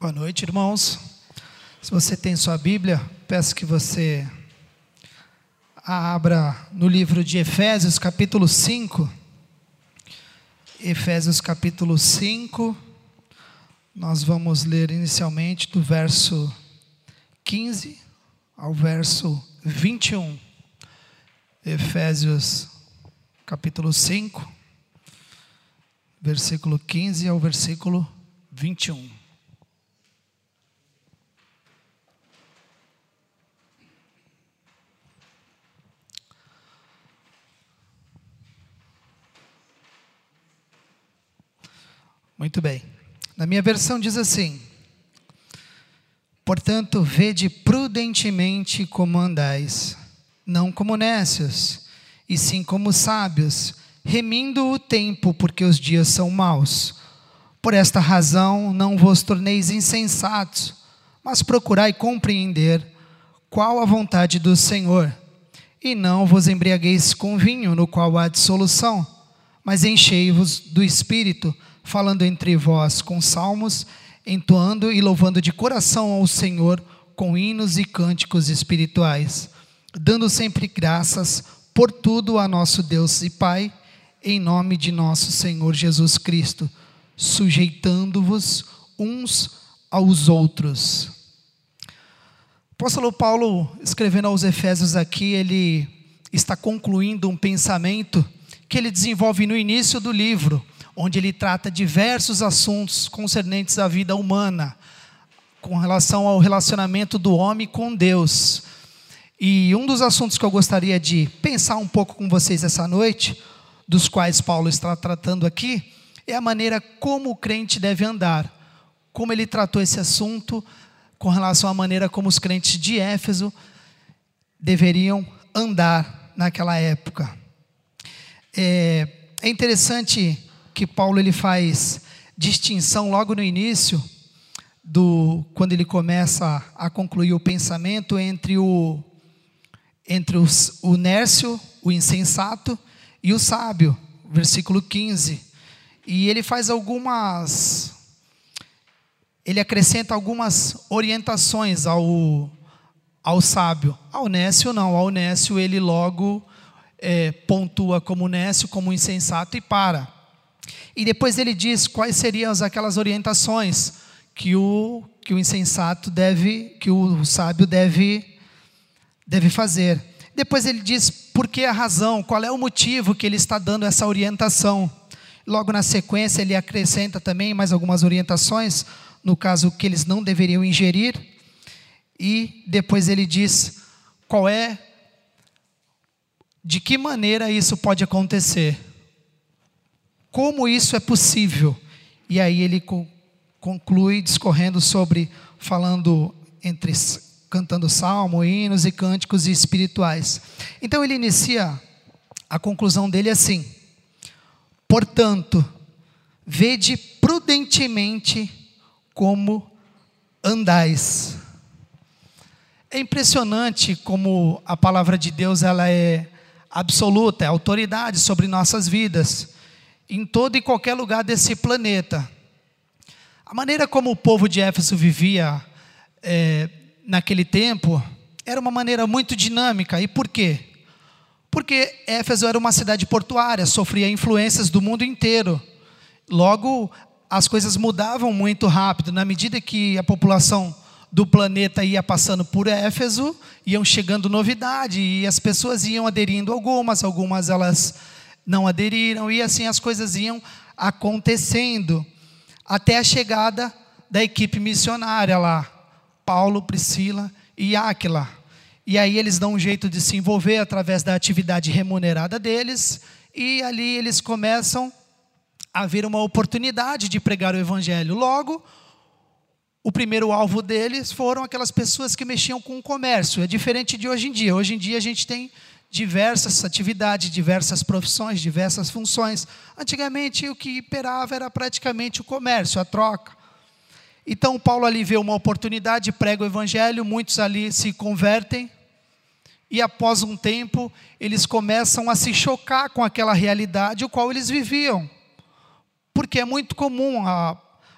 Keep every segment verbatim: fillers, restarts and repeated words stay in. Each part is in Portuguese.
Boa noite, irmãos. Se você tem sua Bíblia, peço que você a abra no livro de Efésios, capítulo cinco. Efésios, capítulo cinco. Nós vamos ler inicialmente do verso quinze ao verso vinte e um. Efésios, capítulo cinco, versículo quinze ao versículo vinte e um. Muito bem. Na minha versão diz assim: portanto, vede prudentemente como andais, não como nécios, e sim como sábios, remindo o tempo, porque os dias são maus. Por esta razão, não vos torneis insensatos, mas procurai compreender qual a vontade do Senhor. E não vos embriagueis com vinho, no qual há dissolução, mas enchei-vos do Espírito, falando entre vós com salmos, entoando e louvando de coração ao Senhor com hinos e cânticos espirituais, dando sempre graças por tudo a nosso Deus e Pai, em nome de nosso Senhor Jesus Cristo, sujeitando-vos uns aos outros. O apóstolo Paulo, escrevendo aos Efésios aqui, ele está concluindo um pensamento que ele desenvolve no início do livro, onde ele trata diversos assuntos concernentes à vida humana, com relação ao relacionamento do homem com Deus. E um dos assuntos que eu gostaria de pensar um pouco com vocês essa noite, dos quais Paulo está tratando aqui, é a maneira como o crente deve andar, como ele tratou esse assunto com relação à maneira como os crentes de Éfeso deveriam andar naquela época. É, é interessante que Paulo ele faz distinção logo no início, do, quando ele começa a concluir o pensamento, entre o, entre os, o nércio, o insensato, e o sábio, versículo quinze. E ele faz algumas, ele acrescenta algumas orientações ao, ao sábio. Ao nércio não, ao nércio ele logo é, pontua como nércio, como insensato e para. E depois ele diz quais seriam aquelas orientações que o, que o insensato deve, que o sábio deve, deve fazer. Depois ele diz por que a razão, qual é o motivo que ele está dando essa orientação. Logo na sequência ele acrescenta também mais algumas orientações, no caso que eles não deveriam ingerir. E depois ele diz qual é, de que maneira isso pode acontecer. Como isso é possível? E aí ele conclui discorrendo sobre, falando entre, cantando salmo, hinos e cânticos espirituais. Então ele inicia a conclusão dele assim: portanto, vede prudentemente como andais. É impressionante como a palavra de Deus ela é absoluta, é autoridade sobre nossas vidas, em todo e qualquer lugar desse planeta. A maneira como o povo de Éfeso vivia é, naquele tempo era uma maneira muito dinâmica. E por quê? Porque Éfeso era uma cidade portuária, sofria influências do mundo inteiro. Logo, as coisas mudavam muito rápido. Na medida que a população do planeta ia passando por Éfeso, iam chegando novidades, e as pessoas iam aderindo algumas, algumas elas não aderiram, e assim as coisas iam acontecendo, até a chegada da equipe missionária lá, Paulo, Priscila e Áquila. E aí eles dão um jeito de se envolver através da atividade remunerada deles, e ali eles começam a ver uma oportunidade de pregar o evangelho. Logo, o primeiro alvo deles foram aquelas pessoas que mexiam com o comércio. É diferente de hoje em dia. Hoje em dia a gente tem diversas atividades, diversas profissões, diversas funções. Antigamente o que imperava era praticamente o comércio, a troca. Então Paulo ali vê uma oportunidade, prega o evangelho, muitos ali se convertem, e após um tempo eles começam a se chocar com aquela realidade o qual eles viviam. Porque é muito comum a,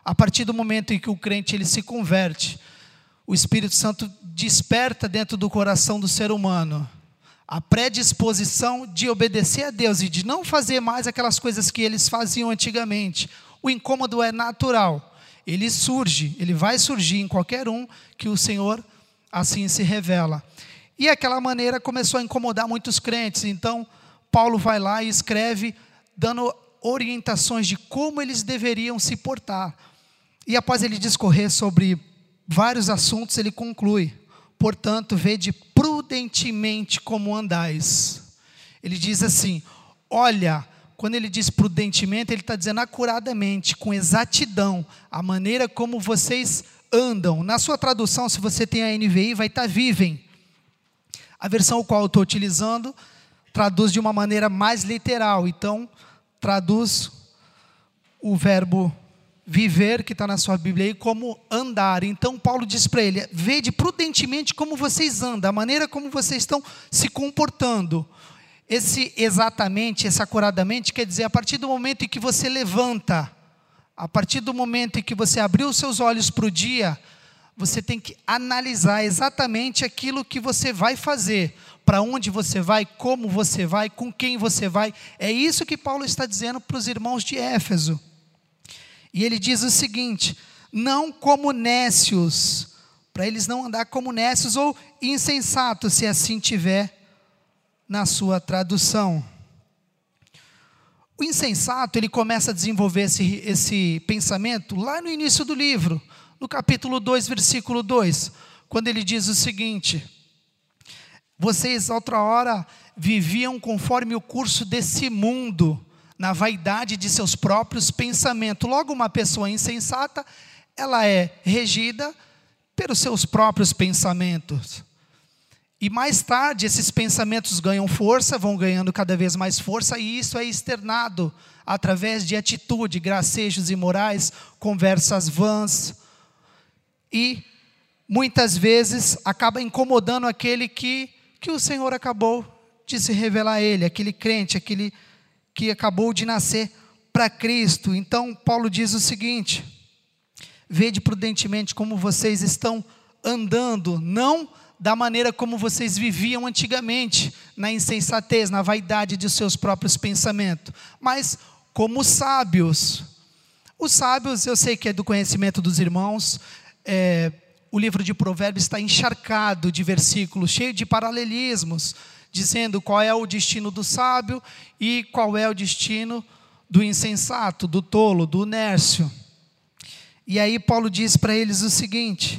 A partir do momento em que o crente ele se converte, o Espírito Santo desperta dentro do coração do ser humano a predisposição de obedecer a Deus e de não fazer mais aquelas coisas que eles faziam antigamente. O incômodo é natural, ele surge, ele vai surgir em qualquer um que o Senhor assim se revela. E aquela maneira começou a incomodar muitos crentes, então Paulo vai lá e escreve dando orientações de como eles deveriam se portar. E após ele discorrer sobre vários assuntos, ele conclui: portanto, vede prudentemente como andais. Ele diz assim, olha, quando ele diz prudentemente, ele está dizendo acuradamente, com exatidão, a maneira como vocês andam. Na sua tradução, se você tem a N V I, vai estar vivem. A versão qual eu estou utilizando, traduz de uma maneira mais literal, então, traduz o verbo viver, que está na sua Bíblia aí, como andar. Então Paulo diz para ele, vede prudentemente como vocês andam, a maneira como vocês estão se comportando. Esse exatamente, esse acuradamente, quer dizer, a partir do momento em que você levanta, a partir do momento em que você abriu os seus olhos para o dia, você tem que analisar exatamente aquilo que você vai fazer, para onde você vai, como você vai, com quem você vai. É isso que Paulo está dizendo para os irmãos de Éfeso. E ele diz o seguinte, não como nécios, para eles não andar como nécios ou insensatos, se assim tiver na sua tradução. O insensato, ele começa a desenvolver esse, esse pensamento lá no início do livro, no capítulo dois, versículo dois, quando ele diz o seguinte, vocês outra hora viviam conforme o curso desse mundo, na vaidade de seus próprios pensamentos. Logo, uma pessoa insensata, ela é regida pelos seus próprios pensamentos. E mais tarde, esses pensamentos ganham força, vão ganhando cada vez mais força, e isso é externado através de atitude, gracejos imorais, conversas vãs, e muitas vezes acaba incomodando aquele que, que o Senhor acabou de se revelar a ele, aquele crente, aquele que acabou de nascer para Cristo. Então Paulo diz o seguinte, vede prudentemente como vocês estão andando, não da maneira como vocês viviam antigamente, na insensatez, na vaidade de seus próprios pensamentos, mas como sábios. Os sábios, eu sei que é do conhecimento dos irmãos, é, o livro de Provérbios está encharcado de versículos, cheio de paralelismos, dizendo qual é o destino do sábio e qual é o destino do insensato, do tolo, do nércio. E aí Paulo diz para eles o seguinte,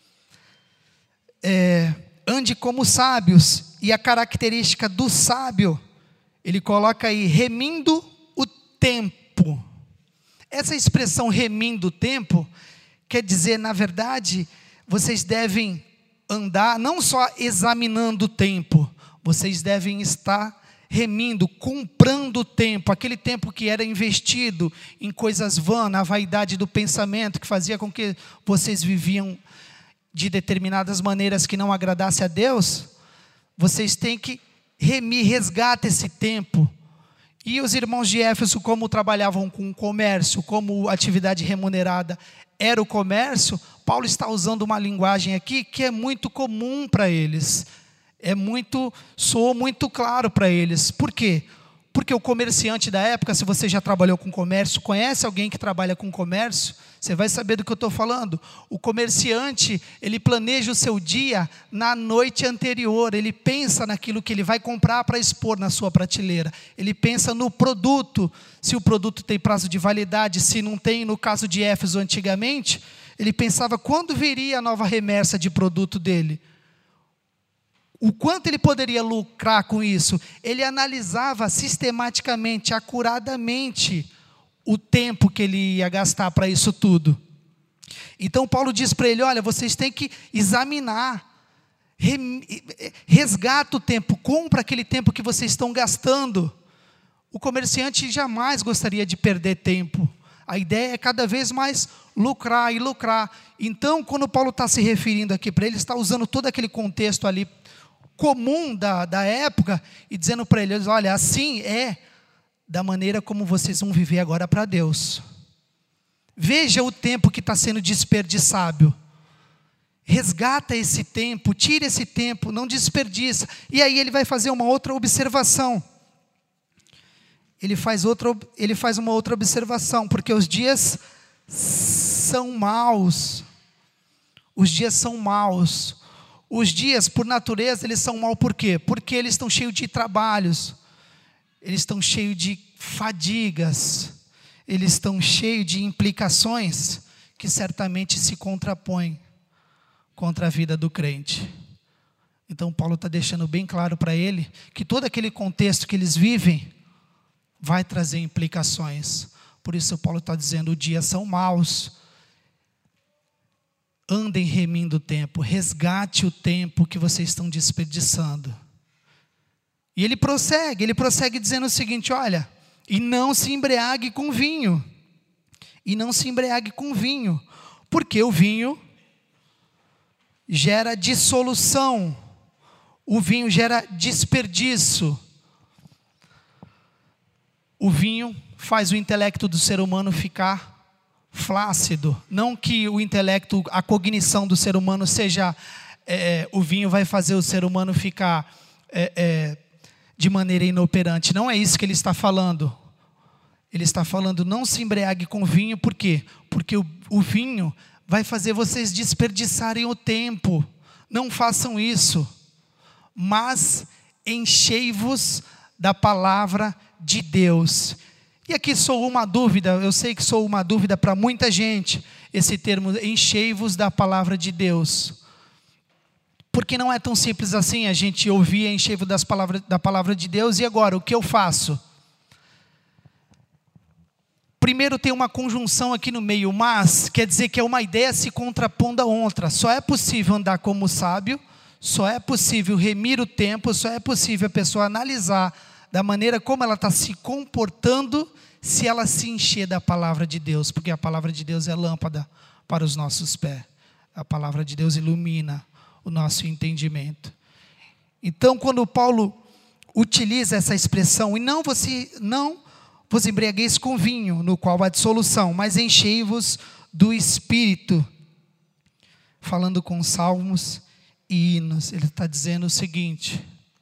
é, ande como sábios, e a característica do sábio, ele coloca aí, remindo o tempo. Essa expressão remindo o tempo, quer dizer, na verdade, vocês devem andar, não só examinando o tempo, vocês devem estar remindo, comprando o tempo, aquele tempo que era investido em coisas vãs, na vaidade do pensamento, que fazia com que vocês viviam de determinadas maneiras que não agradasse a Deus. Vocês têm que remir, resgatar esse tempo. E os irmãos de Éfeso, como trabalhavam com comércio, como atividade remunerada era o comércio, Paulo está usando uma linguagem aqui que é muito comum para eles. É muito, soou muito claro para eles. Por quê? Porque o comerciante da época, se você já trabalhou com comércio, conhece alguém que trabalha com comércio, você vai saber do que eu estou falando. O comerciante, ele planeja o seu dia na noite anterior, ele pensa naquilo que ele vai comprar para expor na sua prateleira, ele pensa no produto, se o produto tem prazo de validade, se não tem, no caso de Éfeso antigamente, ele pensava quando viria a nova remessa de produto dele, o quanto ele poderia lucrar com isso. Ele analisava sistematicamente, acuradamente, o tempo que ele ia gastar para isso tudo. Então Paulo diz para ele, olha, vocês têm que examinar, resgata o tempo, compra aquele tempo que vocês estão gastando. O comerciante jamais gostaria de perder tempo. A ideia é cada vez mais lucrar e lucrar. Então, quando Paulo está se referindo aqui para ele, está usando todo aquele contexto ali comum da, da época, e dizendo para eles, olha, assim é da maneira como vocês vão viver agora para Deus. Veja o tempo que está sendo desperdiçado. Resgata esse tempo, tira esse tempo, não desperdiça. E aí ele vai fazer uma outra observação. Ele faz, outra, ele faz uma outra observação, porque os dias são maus. Os dias são maus. Os dias, por natureza, eles são maus por quê? Porque eles estão cheios de trabalhos. Eles estão cheios de fadigas. Eles estão cheios de implicações que certamente se contrapõem contra a vida do crente. Então Paulo está deixando bem claro para ele que todo aquele contexto que eles vivem vai trazer implicações. Por isso Paulo está dizendo: os dias são maus. Andem remindo o tempo, resgate o tempo que vocês estão desperdiçando. E ele prossegue, ele prossegue dizendo o seguinte: olha, e não se embriague com vinho, e não se embriague com vinho, porque o vinho gera dissolução, o vinho gera desperdício. O vinho faz o intelecto do ser humano ficar flácido. Não que o intelecto, a cognição do ser humano seja, é, o vinho vai fazer o ser humano ficar é, é, de maneira inoperante. Não é isso que ele está falando. Ele está falando: não se embriague com vinho. Por quê? Porque o, o vinho vai fazer vocês desperdiçarem o tempo. Não façam isso. Mas enchei-vos da palavra de Deus. E aqui sou uma dúvida, eu sei que sou uma dúvida para muita gente, esse termo, enchei-vos da palavra de Deus. Porque não é tão simples assim a gente ouvir enchei-vos das palavras, da palavra de Deus, e agora, o que eu faço? Primeiro tem uma conjunção aqui no meio, mas, quer dizer que é uma ideia se contrapondo a outra. Só é possível andar como sábio, só é possível remir o tempo, só é possível a pessoa analisar da maneira como ela está se comportando, se ela se encher da palavra de Deus, porque a palavra de Deus é lâmpada para os nossos pés, a palavra de Deus ilumina o nosso entendimento. Então, quando Paulo utiliza essa expressão, e não, você, não vos embriagueis com vinho, no qual há dissolução, mas enchei-vos do Espírito, falando com salmos e hinos, ele está dizendo o seguinte: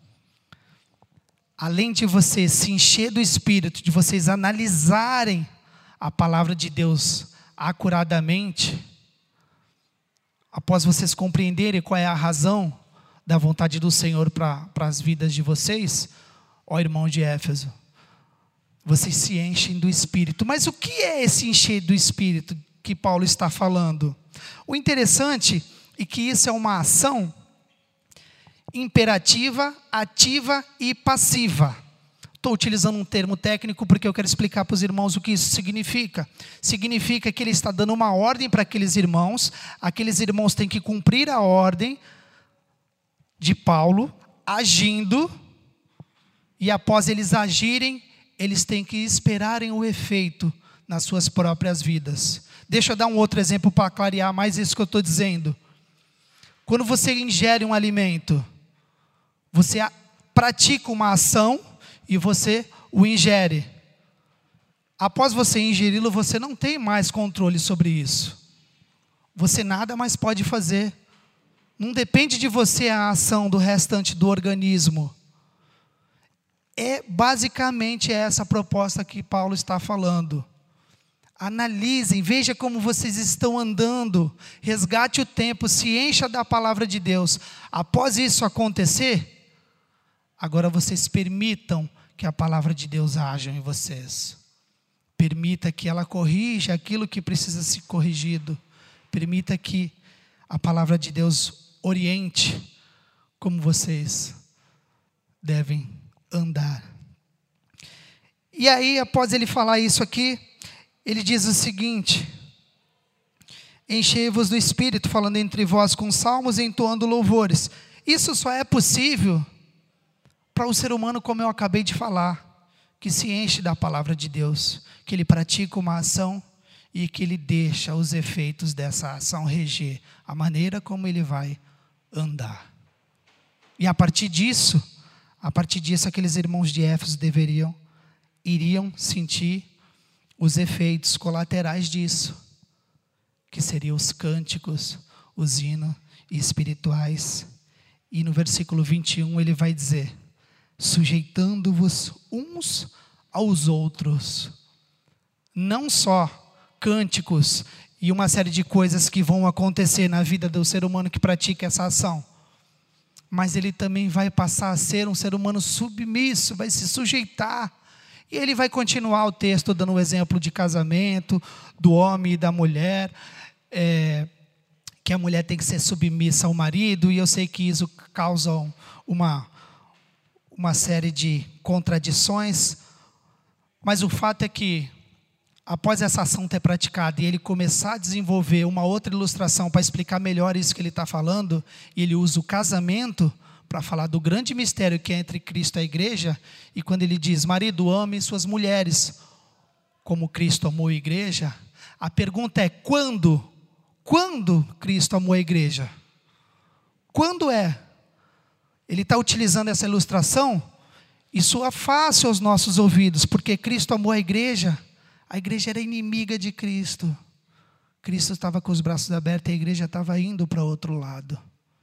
além de você se encher do Espírito, de vocês analisarem a palavra de Deus acuradamente, após vocês compreenderem qual é a razão da vontade do Senhor para as vidas de vocês, ó irmãos de Éfeso, vocês se enchem do Espírito. Mas o que é esse encher do Espírito que Paulo está falando? O interessante é que isso é uma ação imperativa, ativa e passiva. Estou utilizando um termo técnico porque eu quero explicar para os irmãos o que isso significa. Significa que ele está dando uma ordem para aqueles irmãos, aqueles irmãos têm que cumprir a ordem de Paulo, agindo, e após eles agirem, eles têm que esperarem o efeito nas suas próprias vidas. Deixa eu dar um outro exemplo para clarear mais isso que eu estou dizendo. Quando você ingere um alimento, você pratica uma ação e você o ingere. Após você ingeri-lo, você não tem mais controle sobre isso. Você nada mais pode fazer. Não depende de você a ação do restante do organismo. É basicamente essa proposta que Paulo está falando. Analisem, veja como vocês estão andando, resgate o tempo, se encha da palavra de Deus. Após isso acontecer, agora vocês permitam que a palavra de Deus haja em vocês. Permita que ela corrija aquilo que precisa ser corrigido. Permita que a palavra de Deus oriente como vocês devem andar. E aí, após ele falar isso aqui, ele diz o seguinte: enchei-vos do Espírito, falando entre vós com salmos e entoando louvores. Isso só é possível para o ser humano, como eu acabei de falar, que se enche da palavra de Deus, que ele pratica uma ação e que ele deixa os efeitos dessa ação reger a maneira como ele vai andar. E a partir disso, a partir disso, aqueles irmãos de Éfeso deveriam, iriam sentir os efeitos colaterais disso, que seriam os cânticos, os hinos espirituais. E no versículo vinte e um ele vai dizer: sujeitando-vos uns aos outros. Não só cânticos e uma série de coisas que vão acontecer na vida do ser humano que pratica essa ação, mas ele também vai passar a ser um ser humano submisso, vai se sujeitar. E ele vai continuar o texto dando um exemplo de casamento, do homem e da mulher, é, que a mulher tem que ser submissa ao marido, e eu sei que isso causa uma, uma série de contradições, mas o fato é que, após essa ação ter praticada e ele começar a desenvolver uma outra ilustração para explicar melhor isso que ele está falando, e ele usa o casamento para falar do grande mistério que é entre Cristo e a igreja, e quando ele diz: marido, ame suas mulheres como Cristo amou a igreja, a pergunta é: quando? Quando Cristo amou a igreja? Quando é? Ele está utilizando essa ilustração, e soa fácil aos nossos ouvidos, porque Cristo amou a igreja. A igreja era inimiga de Cristo. Cristo estava com os braços abertos e a igreja estava indo para outro lado.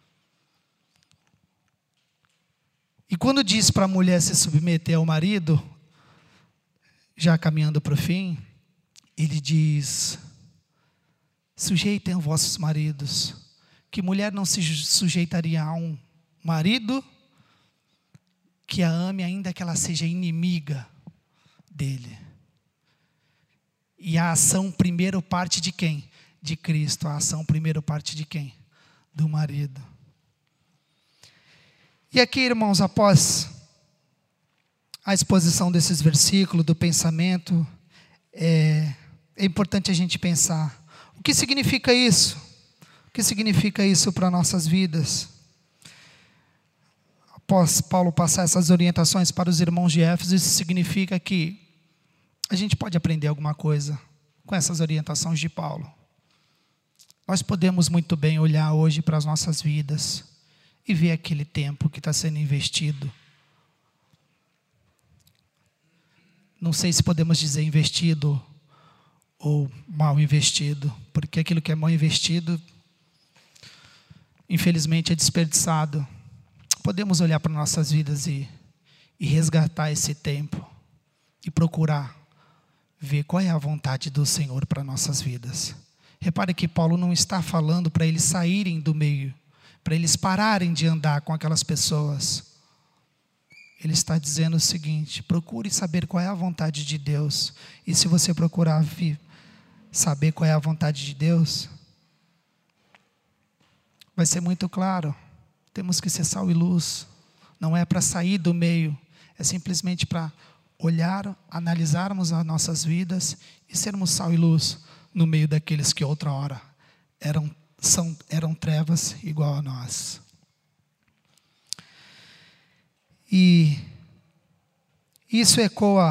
E quando diz para a mulher se submeter ao marido, já caminhando para o fim, ele diz: sujeitem os vossos maridos. Que mulher não se sujeitaria a um marido que a ame, ainda que ela seja inimiga dele? E a ação primeiro parte de quem? De Cristo. A ação primeiro parte de quem? Do marido. E aqui, irmãos, após a exposição desses versículos, do pensamento, é, é importante a gente pensar: o que significa isso? O que significa isso para nossas vidas? Após Paulo passar essas orientações para os irmãos de Éfeso, isso significa que a gente pode aprender alguma coisa com essas orientações de Paulo. Nós podemos muito bem olhar hoje para as nossas vidas e ver aquele tempo que está sendo investido. Não sei se podemos dizer investido ou mal investido, porque aquilo que é mal investido, infelizmente, é desperdiçado. Podemos olhar para nossas vidas e, e resgatar esse tempo e procurar ver qual é a vontade do Senhor para nossas vidas. Repare que Paulo não está falando para eles saírem do meio, para eles pararem de andar com aquelas pessoas. Ele está dizendo o seguinte: procure saber qual é a vontade de Deus. E se você procurar saber qual é a vontade de Deus, vai ser muito claro. Temos que ser sal e luz. Não é para sair do meio, é simplesmente para olhar, analisarmos as nossas vidas e sermos sal e luz no meio daqueles que outra hora eram, são, eram trevas igual a nós. E isso ecoa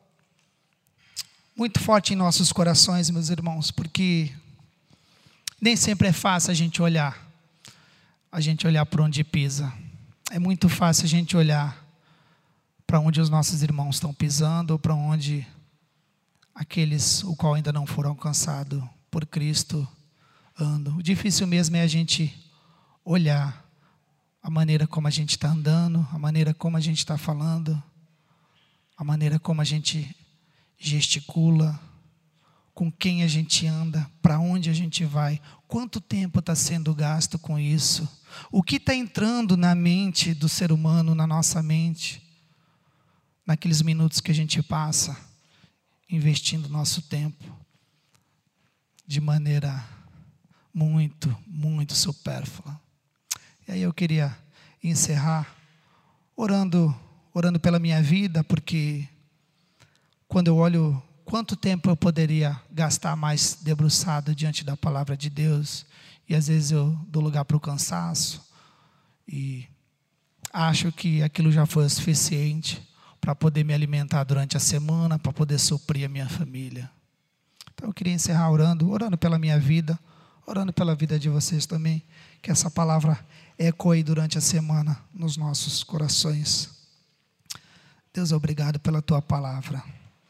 muito forte em nossos corações, meus irmãos, porque nem sempre é fácil a gente olhar, a gente olhar por onde pisa. É muito fácil a gente olhar para onde os nossos irmãos estão pisando, ou para onde aqueles o qual ainda não foram alcançados por Cristo andam. O difícil mesmo é a gente olhar a maneira como a gente está andando, a maneira como a gente está falando, a maneira como a gente gesticula, com quem a gente anda, para onde a gente vai, quanto tempo está sendo gasto com isso, o que está entrando na mente do ser humano, na nossa mente, naqueles minutos que a gente passa, investindo nosso tempo de maneira muito, muito supérflua. E aí eu queria encerrar orando, orando pela minha vida, porque quando eu olho quanto tempo eu poderia gastar mais debruçado diante da palavra de Deus, e às vezes eu dou lugar para o cansaço, e acho que aquilo já foi o suficiente para poder me alimentar durante a semana, para poder suprir a minha família. Então eu queria encerrar orando, orando pela minha vida, orando pela vida de vocês também, que essa palavra ecoe durante a semana nos nossos corações. Deus, obrigado pela tua palavra,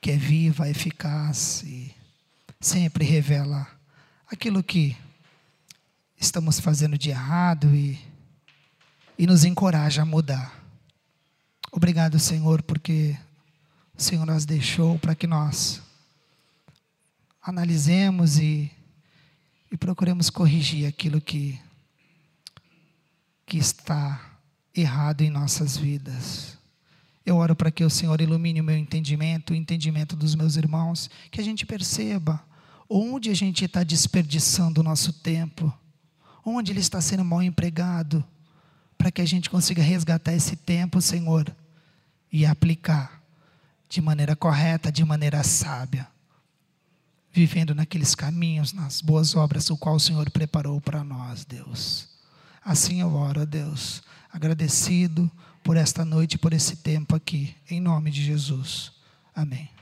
que é viva, eficaz e sempre revela aquilo que estamos fazendo de errado e, e nos encoraja a mudar. Obrigado, Senhor, porque o Senhor nos deixou para que nós analisemos e, e procuremos corrigir aquilo que, que está errado em nossas vidas. Eu oro para que o Senhor ilumine o meu entendimento, o entendimento dos meus irmãos, que a gente perceba onde a gente está desperdiçando o nosso tempo, onde ele está sendo mal empregado, para que a gente consiga resgatar esse tempo, Senhor, e aplicar de maneira correta, de maneira sábia, vivendo naqueles caminhos, nas boas obras, o qual o Senhor preparou para nós, Deus. Assim eu oro, ó Deus, agradecido por esta noite, por esse tempo aqui, em nome de Jesus. Amém.